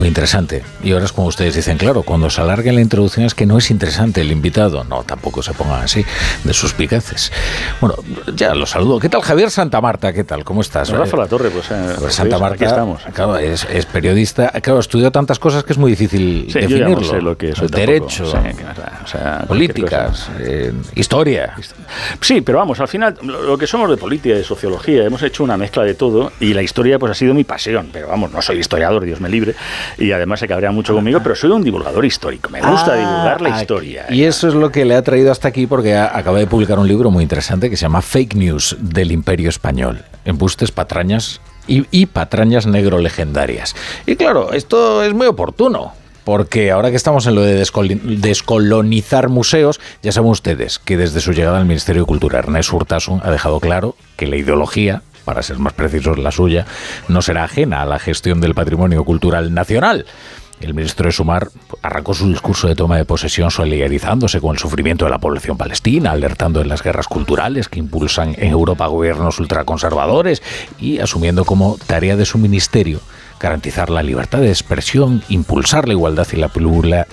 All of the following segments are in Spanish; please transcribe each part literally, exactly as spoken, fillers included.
Interesante. Y ahora es como ustedes dicen, claro, cuando se alargue la introducción es que no es interesante el invitado. No, tampoco se pongan así de suspicaces. Bueno, ya lo saludo. ¿Qué tal Javier Santamarta? ¿Qué tal? ¿Cómo estás? Rafa La Torre, pues eh, pues Santamarta, aquí estamos. Claro, es, es periodista. Claro, estudió tantas cosas que es muy difícil sí, definirlo. Yo ya no sé lo que soy Derecho, tampoco, o sea, o sea, políticas, eh, historia. Sí, pero vamos, al final, lo que somos de política, de sociología, hemos hecho una mezcla de todo y la historia pues ha sido mi pasión. Pero vamos, no soy historiador, Dios me libre, y además se cabrea mucho conmigo, pero soy un divulgador histórico. Me gusta ah, divulgar la historia. Y eso es lo que le ha traído hasta aquí, porque a, acaba de publicar un libro muy interesante que se llama Fake News del Imperio Español. Embustes, patrañas y, y patrañas negro-legendarias. Y claro, esto es muy oportuno, porque ahora que estamos en lo de descolonizar museos, ya saben ustedes que desde su llegada al Ministerio de Cultura, Ernest Urtasun ha dejado claro que la ideología, para ser más precisos la suya, no será ajena a la gestión del patrimonio cultural nacional. El ministro de Sumar arrancó su discurso de toma de posesión solidarizándose con el sufrimiento de la población palestina, alertando de las guerras culturales que impulsan en Europa gobiernos ultraconservadores y asumiendo como tarea de su ministerio garantizar la libertad de expresión, impulsar la igualdad y la pluralidad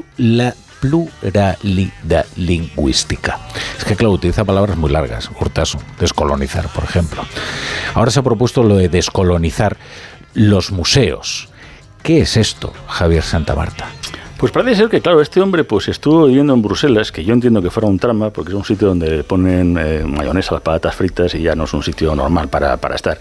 pluralidad lingüística. Es que, claro, utiliza palabras muy largas. Urtasun, descolonizar, por ejemplo. Ahora se ha propuesto lo de descolonizar los museos. ¿Qué es esto, Javier Santamarta? Pues parece ser que, claro, este hombre pues estuvo viviendo en Bruselas, que yo entiendo que fuera un trama, porque es un sitio donde ponen eh, mayonesa a las patatas fritas y ya no es un sitio normal para, para estar.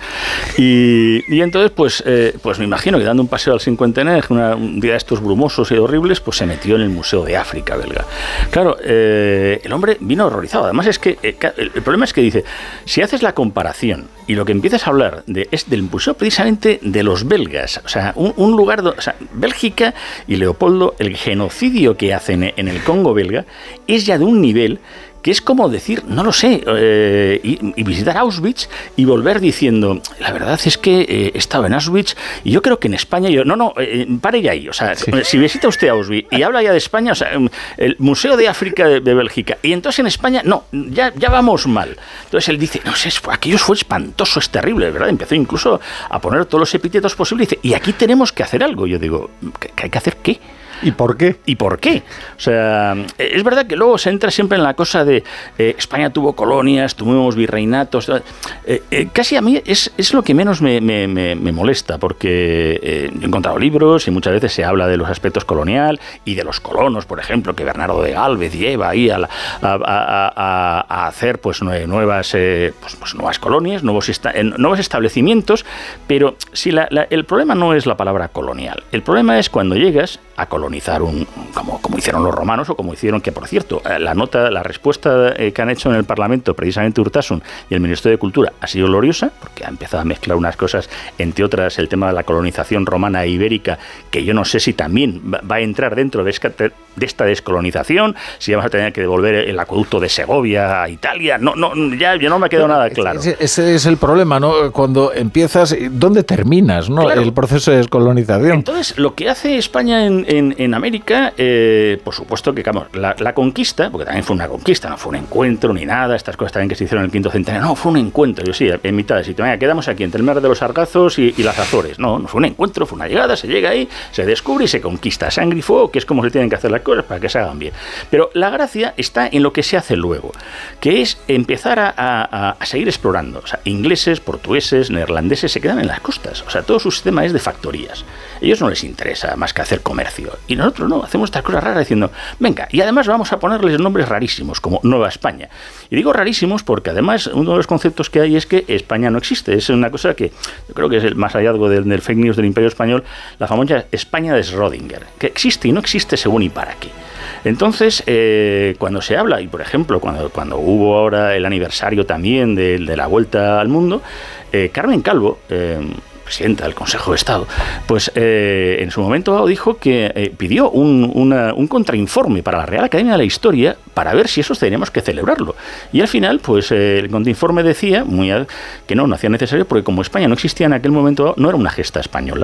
Y, y entonces, pues eh, pues me imagino que dando un paseo al cincuentenario, una, un día de estos brumosos y horribles, pues se metió en el Museo de África belga. Claro, eh, el hombre vino horrorizado. Además es que eh, el, el problema es que dice, si haces la comparación y lo que empiezas a hablar de, es del museo precisamente de los belgas, o sea, un, un lugar, do, o sea, Bélgica y Leopoldo, el genocidio que hacen en el Congo belga es ya de un nivel que es como decir, no lo sé, eh, y, y visitar Auschwitz y volver diciendo, la verdad es que eh, he estado en Auschwitz y yo creo que en España, yo no, no, eh, pare ya ahí, o sea, sí. Si visita usted Auschwitz y habla ya de España, o sea, el Museo de África de, de Bélgica, y entonces en España, no, ya, ya vamos mal. Entonces él dice, no sé, aquello fue espantoso, es terrible, ¿verdad? Empezó incluso a poner todos los epítetos posibles y dice, y aquí tenemos que hacer algo. Yo digo, ¿qué hay que hacer qué? ¿Y por qué? ¿Y por qué? O sea, es verdad que luego se entra siempre en la cosa de eh, España tuvo colonias, tuvimos virreinatos. Eh, eh, casi a mí es, es lo que menos me, me, me, me molesta, porque eh, he encontrado libros y muchas veces se habla de los aspectos colonial y de los colonos, por ejemplo, que Bernardo de Gálvez lleva ahí a, la, a, a, a, a hacer pues nuevas, eh, pues, pues nuevas colonias, nuevos, esta, nuevos establecimientos, pero si la, la, el problema no es la palabra colonial, el problema es cuando llegas a colonizar un, como, como hicieron los romanos o como hicieron, que por cierto, la nota, la respuesta eh, que han hecho en el Parlamento precisamente Urtasun y el Ministerio de Cultura ha sido gloriosa, porque ha empezado a mezclar unas cosas, entre otras el tema de la colonización romana e ibérica, que yo no sé si también va, va a entrar dentro de esta, de esta descolonización, si vamos a tener que devolver el acueducto de Segovia a Italia, no, no, ya, ya no me ha quedado nada claro. Ese, ese es el problema, ¿no? Cuando empiezas, ¿dónde terminas, no? Claro. El proceso de descolonización. Entonces, lo que hace España en, en, en América, eh, por supuesto que, digamos, la, la conquista, porque también fue una conquista, no fue un encuentro ni nada, estas cosas también que se hicieron en el quinto centenario, no, fue un encuentro, yo sí, en mitad de sitio, venga, quedamos aquí entre el mar de los Sargazos y, y las Azores, no, no fue un encuentro, fue una llegada, se llega ahí, se descubre y se conquista, sangre y fuego, que es como se tienen que hacer las cosas para que se hagan bien. Pero la gracia está en lo que se hace luego, que es empezar a, a, a seguir explorando, o sea, ingleses, portugueses, neerlandeses se quedan en las costas, o sea, todo su sistema es de factorías, a ellos no les interesa más que hacer comercio, y nosotros no, hacemos estas cosas raras diciendo, venga, y además vamos a ponerles nombres rarísimos, como Nueva España. Y digo rarísimos porque además uno de los conceptos que hay es que España no existe. Es una cosa que yo creo que es el más hallazgo del, del fake news del Imperio Español, la famosa España de Schrödinger, que existe y no existe según y para qué. Entonces, eh, cuando se habla, y por ejemplo, cuando, cuando hubo ahora el aniversario también de, de la Vuelta al Mundo, eh, Carmen Calvo, eh, presidenta del Consejo de Estado, pues eh, en su momento dijo que eh, pidió un, una, un contrainforme para la Real Academia de la Historia para ver si eso teníamos que celebrarlo. Y al final, pues eh, el contrainforme decía muy a, que no, no hacía necesario, porque como España no existía en aquel momento, no era una gesta española.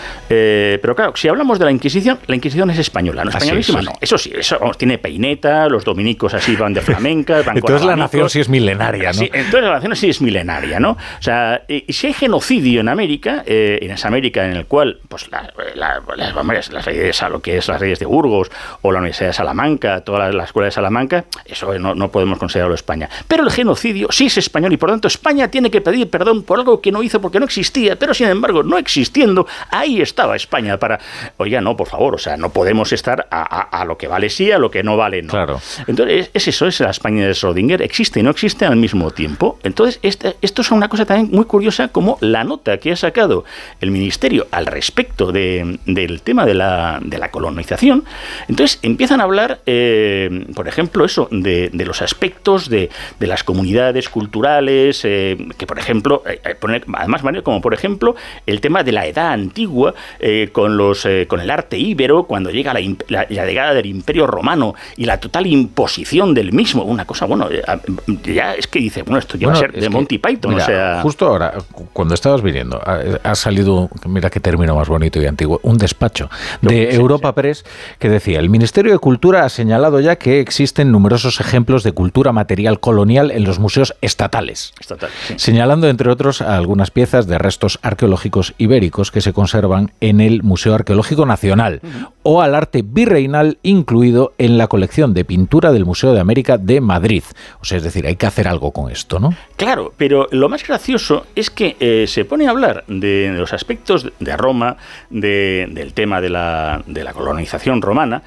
Eh, pero claro, si hablamos de la Inquisición, la Inquisición es española, no españolísima, no. Eso sí, eso vamos, tiene peineta, los dominicos así van de flamenca, van entonces con la nación sí es milenaria, ¿no? Sí, entonces la nación sí es milenaria, ¿no? O sea, y, y si hay genocidio en América, América, eh, en esa América en el cual pues la, la, las, las leyes, lo que es las leyes de Burgos o la Universidad de Salamanca, toda la, la escuela de Salamanca, eso no, no podemos considerarlo España. Pero el genocidio sí es español y por lo tanto España tiene que pedir perdón por algo que no hizo porque no existía, pero sin embargo no existiendo, ahí estaba España para, oiga, no, por favor, o sea, no podemos estar a, a, a lo que vale sí, a lo que no vale no. Claro. Entonces, es eso, es la España de Schrödinger, existe y no existe al mismo tiempo. Entonces, este, esto es una cosa también muy curiosa, como la nota que ha sacado el Ministerio al respecto de, del tema de la, de la colonización. Entonces, empiezan a hablar, eh, por ejemplo, eso, de, de los aspectos de, de las comunidades culturales, eh, que, por ejemplo, eh, poner, además, como por ejemplo, el tema de la edad antigua, eh, con, los, eh, con el arte íbero, cuando llega la, la, la llegada del Imperio Romano y la total imposición del mismo, una cosa, bueno, ya es que dice, bueno, esto lleva bueno, a ser de Monty que, Python, mira, o sea... Justo ahora, cuando estabas viniendo, ha, ha salido, mira qué término más bonito y antiguo, un despacho de sí, Europa sí. Press que decía, el Ministerio de Cultura ha señalado ya que existen numerosos ejemplos de cultura material colonial en los museos estatales, Estatal, sí. señalando, entre otros, a algunas piezas de restos arqueológicos ibéricos que se conservan en el Museo Arqueológico Nacional, uh-huh. o al arte virreinal incluido en la colección de pintura del Museo de América de Madrid. O sea, es decir, hay que hacer algo con esto, ¿no? Claro, pero lo más gracioso es que eh, se pone a hablar de los aspectos de Roma, de, del tema de la, de la colonización romana,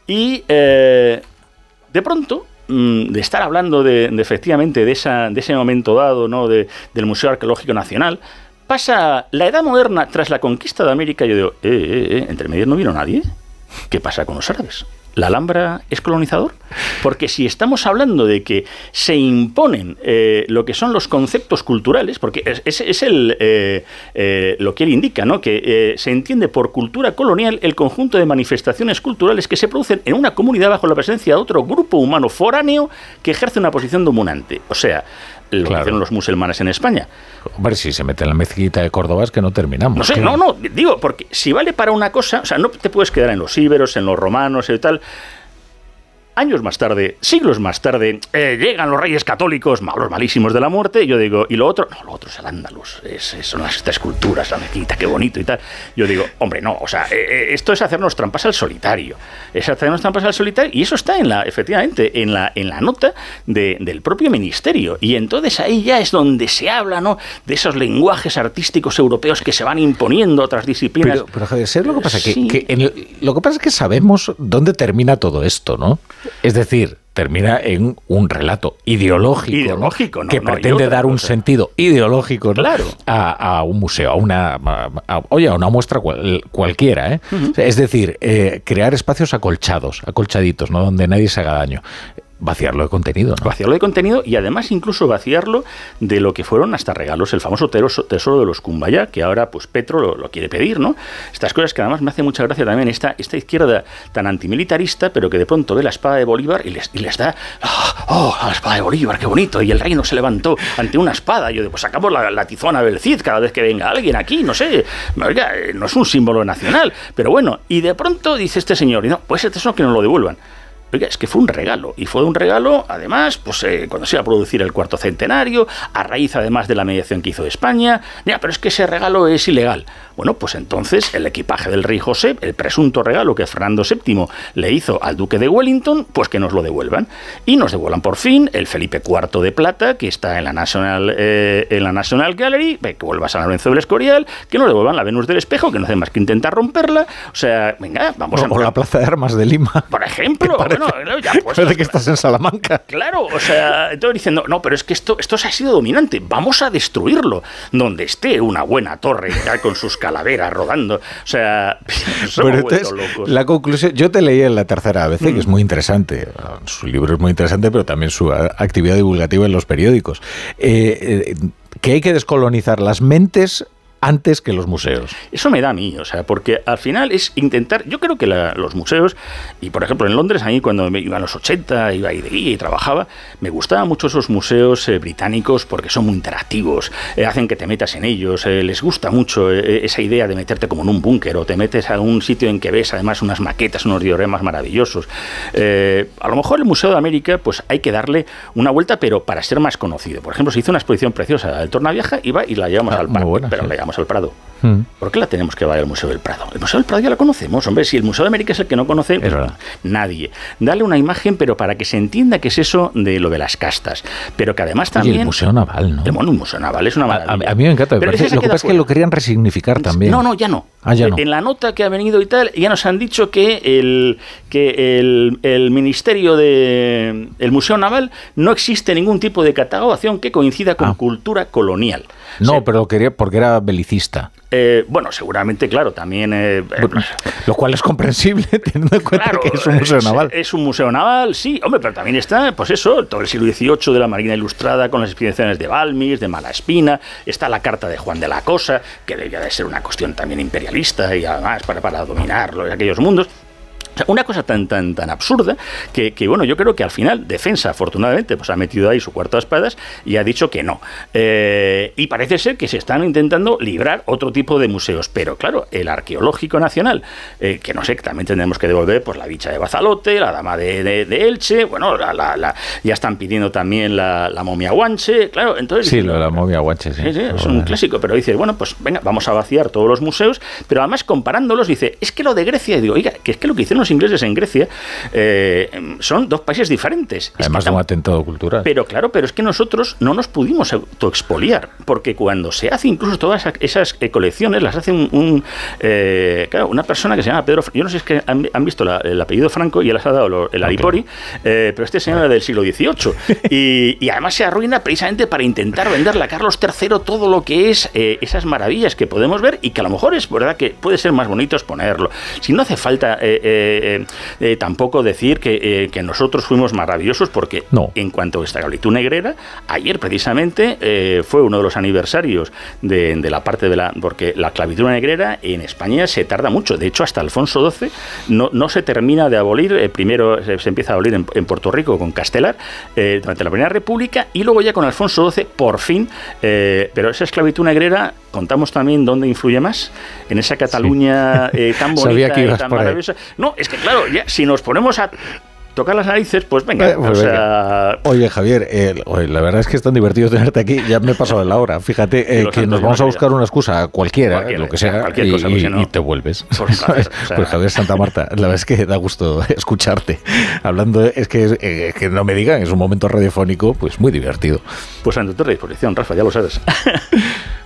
y eh, de pronto, mm, de estar hablando de, de efectivamente de, esa, de ese momento dado, ¿no? de, del Museo Arqueológico Nacional, pasa la Edad Moderna tras la conquista de América, y yo digo, eh, eh, eh, entre medias no vino nadie. ¿Qué pasa con los árabes? ¿La Alhambra es colonizador? Porque si estamos hablando de que se imponen eh, lo que son los conceptos culturales, porque es, es, es el, eh, eh, lo que él indica, ¿no? Que eh, se entiende por cultura colonial el conjunto de manifestaciones culturales que se producen en una comunidad bajo la presencia de otro grupo humano foráneo que ejerce una posición dominante. O sea, lo claro. que hicieron los musulmanes en España. Hombre, si se mete en la mezquita de Córdoba es que no terminamos. No sé, claro. no, no, digo, porque si vale para una cosa, o sea, no te puedes quedar en los íberos, en los romanos y tal. Años más tarde, siglos más tarde, eh, llegan los reyes católicos, malos, malísimos de la muerte, y yo digo, ¿y lo otro? No, lo otro es el Andalus, es, es, son las, estas esculturas, la mezquita, qué bonito y tal. Yo digo, hombre, no, o sea, eh, esto es hacernos trampas al solitario, es hacernos trampas al solitario, y eso está en la, efectivamente, en la, en la nota de, del propio ministerio, y entonces ahí ya es donde se habla, ¿no?, de esos lenguajes artísticos europeos que se van imponiendo a otras disciplinas. Pero, pero Javier, ¿sabes lo que pasa? Sí. Que, que en el, lo que pasa es que sabemos dónde termina todo esto, ¿no? Es decir, termina en un relato ideológico, ideológico ¿no? que no, pretende no dar un cosa. sentido ideológico, ¿no? Claro. a, a un museo, a una, a, a, oye, a una muestra cual, cualquiera, ¿eh? Uh-huh. Es decir, eh, crear espacios acolchados, acolchaditos, ¿no? Donde nadie se haga daño. Vaciarlo de contenido, ¿no? Vaciarlo de contenido y además incluso vaciarlo de lo que fueron hasta regalos, el famoso tesoro de los Kumbaya, que ahora pues Petro lo, lo quiere pedir, ¿no? Estas cosas que además me hace mucha gracia también esta, esta izquierda tan antimilitarista, pero que de pronto ve la espada de Bolívar y les, y les da, oh, oh, la espada de Bolívar, qué bonito, y el reino se levantó ante una espada. Yo digo, pues sacamos la, la tizona del Cid cada vez que venga alguien aquí, no sé, oiga, no es un símbolo nacional, pero bueno, y de pronto dice este señor, y no, pues este tesoro que nos lo devuelvan. Oiga, es que fue un regalo, y fue un regalo, además, pues eh, cuando se iba a producir el cuarto centenario, a raíz además de la mediación que hizo España. Ya, pero es que ese regalo es ilegal. Bueno, pues entonces el equipaje del rey José, el presunto regalo que Fernando séptimo le hizo al duque de Wellington, pues que nos lo devuelvan. Y nos devuelvan por fin el Felipe cuarto de plata, que está en la National, eh, en la National Gallery, que vuelva a San Lorenzo del Escorial, que nos devuelvan la Venus del Espejo, que no hace más que intentar romperla. O sea, venga, vamos o, a... O la Plaza de Armas de Lima. Por ejemplo, bueno, ya pues, parece que estás en Salamanca. Claro, o sea, entonces dicen, no, no, pero es que esto, esto se ha sido dominante, vamos a destruirlo. Donde esté una buena torre ya con sus calaveras rodando. O sea, pero entonces, locos. La conclusión, yo te leí en La Tercera A B C, mm. que es muy interesante. Su libro es muy interesante, pero también su actividad divulgativa en los periódicos. Eh, eh, que hay que descolonizar las mentes antes que los museos. Eso me da a mí, o sea, porque al final es intentar, yo creo que la, los museos, y por ejemplo en Londres, a mí cuando me iba a los ochenta, iba ahí de guía y trabajaba, me gustaban mucho esos museos eh, británicos porque son muy interactivos, eh, hacen que te metas en ellos, eh, les gusta mucho eh, esa idea de meterte como en un búnker, o te metes a un sitio en que ves además unas maquetas, unos dioramas maravillosos. Eh, a lo mejor el Museo de América, pues hay que darle una vuelta, pero para ser más conocido. Por ejemplo, se hizo una exposición preciosa del Tornaviaja, iba y la llevamos ah, al parque, buena, pero sí. la llevamos vamos al Prado. Mm. ¿Por qué la tenemos que llevar al Museo del Prado? El Museo del Prado ya la conocemos, hombre. Si el Museo de América es el que no conoce, pues, nadie. Dale una imagen, pero para que se entienda qué es eso de lo de las castas. Pero que además también... Oye, el Museo Naval, ¿no? El, bueno, un Museo Naval es una maravilla. A, a, a mí me encanta. Me parece, lo que pasa es que lo querían resignificar también. No, no, ya no. Ah, ya no. En la nota que ha venido y tal, ya nos han dicho que el, que el, el Ministerio de... El Museo Naval no existe ningún tipo de catalogación que coincida con ah. cultura colonial. No, o sea, pero quería porque era belicista. Eh, bueno, seguramente, claro, también... Eh, bueno, lo cual es comprensible, teniendo en cuenta claro, que es un museo es, naval. Es un museo naval, sí, hombre, pero también está, pues eso, todo el siglo dieciocho de la Marina Ilustrada con las expediciones de Balmis, de Malaspina, está la carta de Juan de la Cosa, que debía de ser una cuestión también imperialista y además para, para dominarlo en aquellos mundos. O sea, una cosa tan tan tan absurda que, que, bueno, yo creo que al final Defensa, afortunadamente, pues ha metido ahí su cuarto de espadas y ha dicho que no. Eh, y parece ser que se están intentando librar otro tipo de museos. Pero, claro, el Arqueológico Nacional, eh, que no sé, que también tendremos que devolver pues la bicha de Bazalote, la dama de, de, de Elche, bueno, la, la, la, ya están pidiendo también la, la momia Guanche, claro, entonces... Sí, lo de la momia Guanche, sí. sí, sí es un clásico, pero dice, bueno, pues venga, vamos a vaciar todos los museos, pero además comparándolos dice, es que lo de Grecia, y digo, oiga, que es que lo que hicieron los ingleses en Grecia eh, son dos países diferentes. Además es de un atentado cultural. Pero claro, pero es que nosotros no nos pudimos autoexpoliar, porque cuando se hace incluso todas esas eh, colecciones, las hace un, un eh, claro, una persona que se llama Pedro, yo no sé si es que han, han visto la, el apellido Franco y él les ha dado lo, el Aripori, okay. eh, pero este señor era del siglo dieciocho y, y además se arruina precisamente para intentar venderle a Carlos tercero todo lo que es eh, esas maravillas que podemos ver y que a lo mejor es verdad que puede ser más bonito exponerlo. Si no hace falta eh, eh, Eh, tampoco decir que, eh, que nosotros fuimos maravillosos, porque no. En cuanto a esta esclavitud negrera, ayer precisamente eh, fue uno de los aniversarios de, de la parte de la... porque la esclavitud negrera en España se tarda mucho, de hecho hasta Alfonso doce no, no se termina de abolir, eh, primero se, se empieza a abolir en, en Puerto Rico con Castelar eh, durante la Primera República y luego ya con Alfonso doce por fin, eh, pero esa esclavitud negrera contamos también dónde influye más, en esa Cataluña sí. eh, tan bonita y tan maravillosa. No, es que claro, ya, si nos ponemos a tocar las narices, pues venga. Eh, pues o venga. Sea... Oye, Javier, eh, oye, la verdad es que es tan divertido tenerte aquí, ya me he pasado de la hora. Fíjate eh, que nos vamos a buscar una excusa cualquiera, cualquiera lo que sea, cualquier cosa, y, no, y te vuelves. Placer, o sea... Pues Javier Santa Marta, la verdad es que da gusto escucharte. Hablando, es que, eh, que no me digan, es un momento radiofónico, pues muy divertido. Pues ante tu disposición, Rafa, ya lo sabes.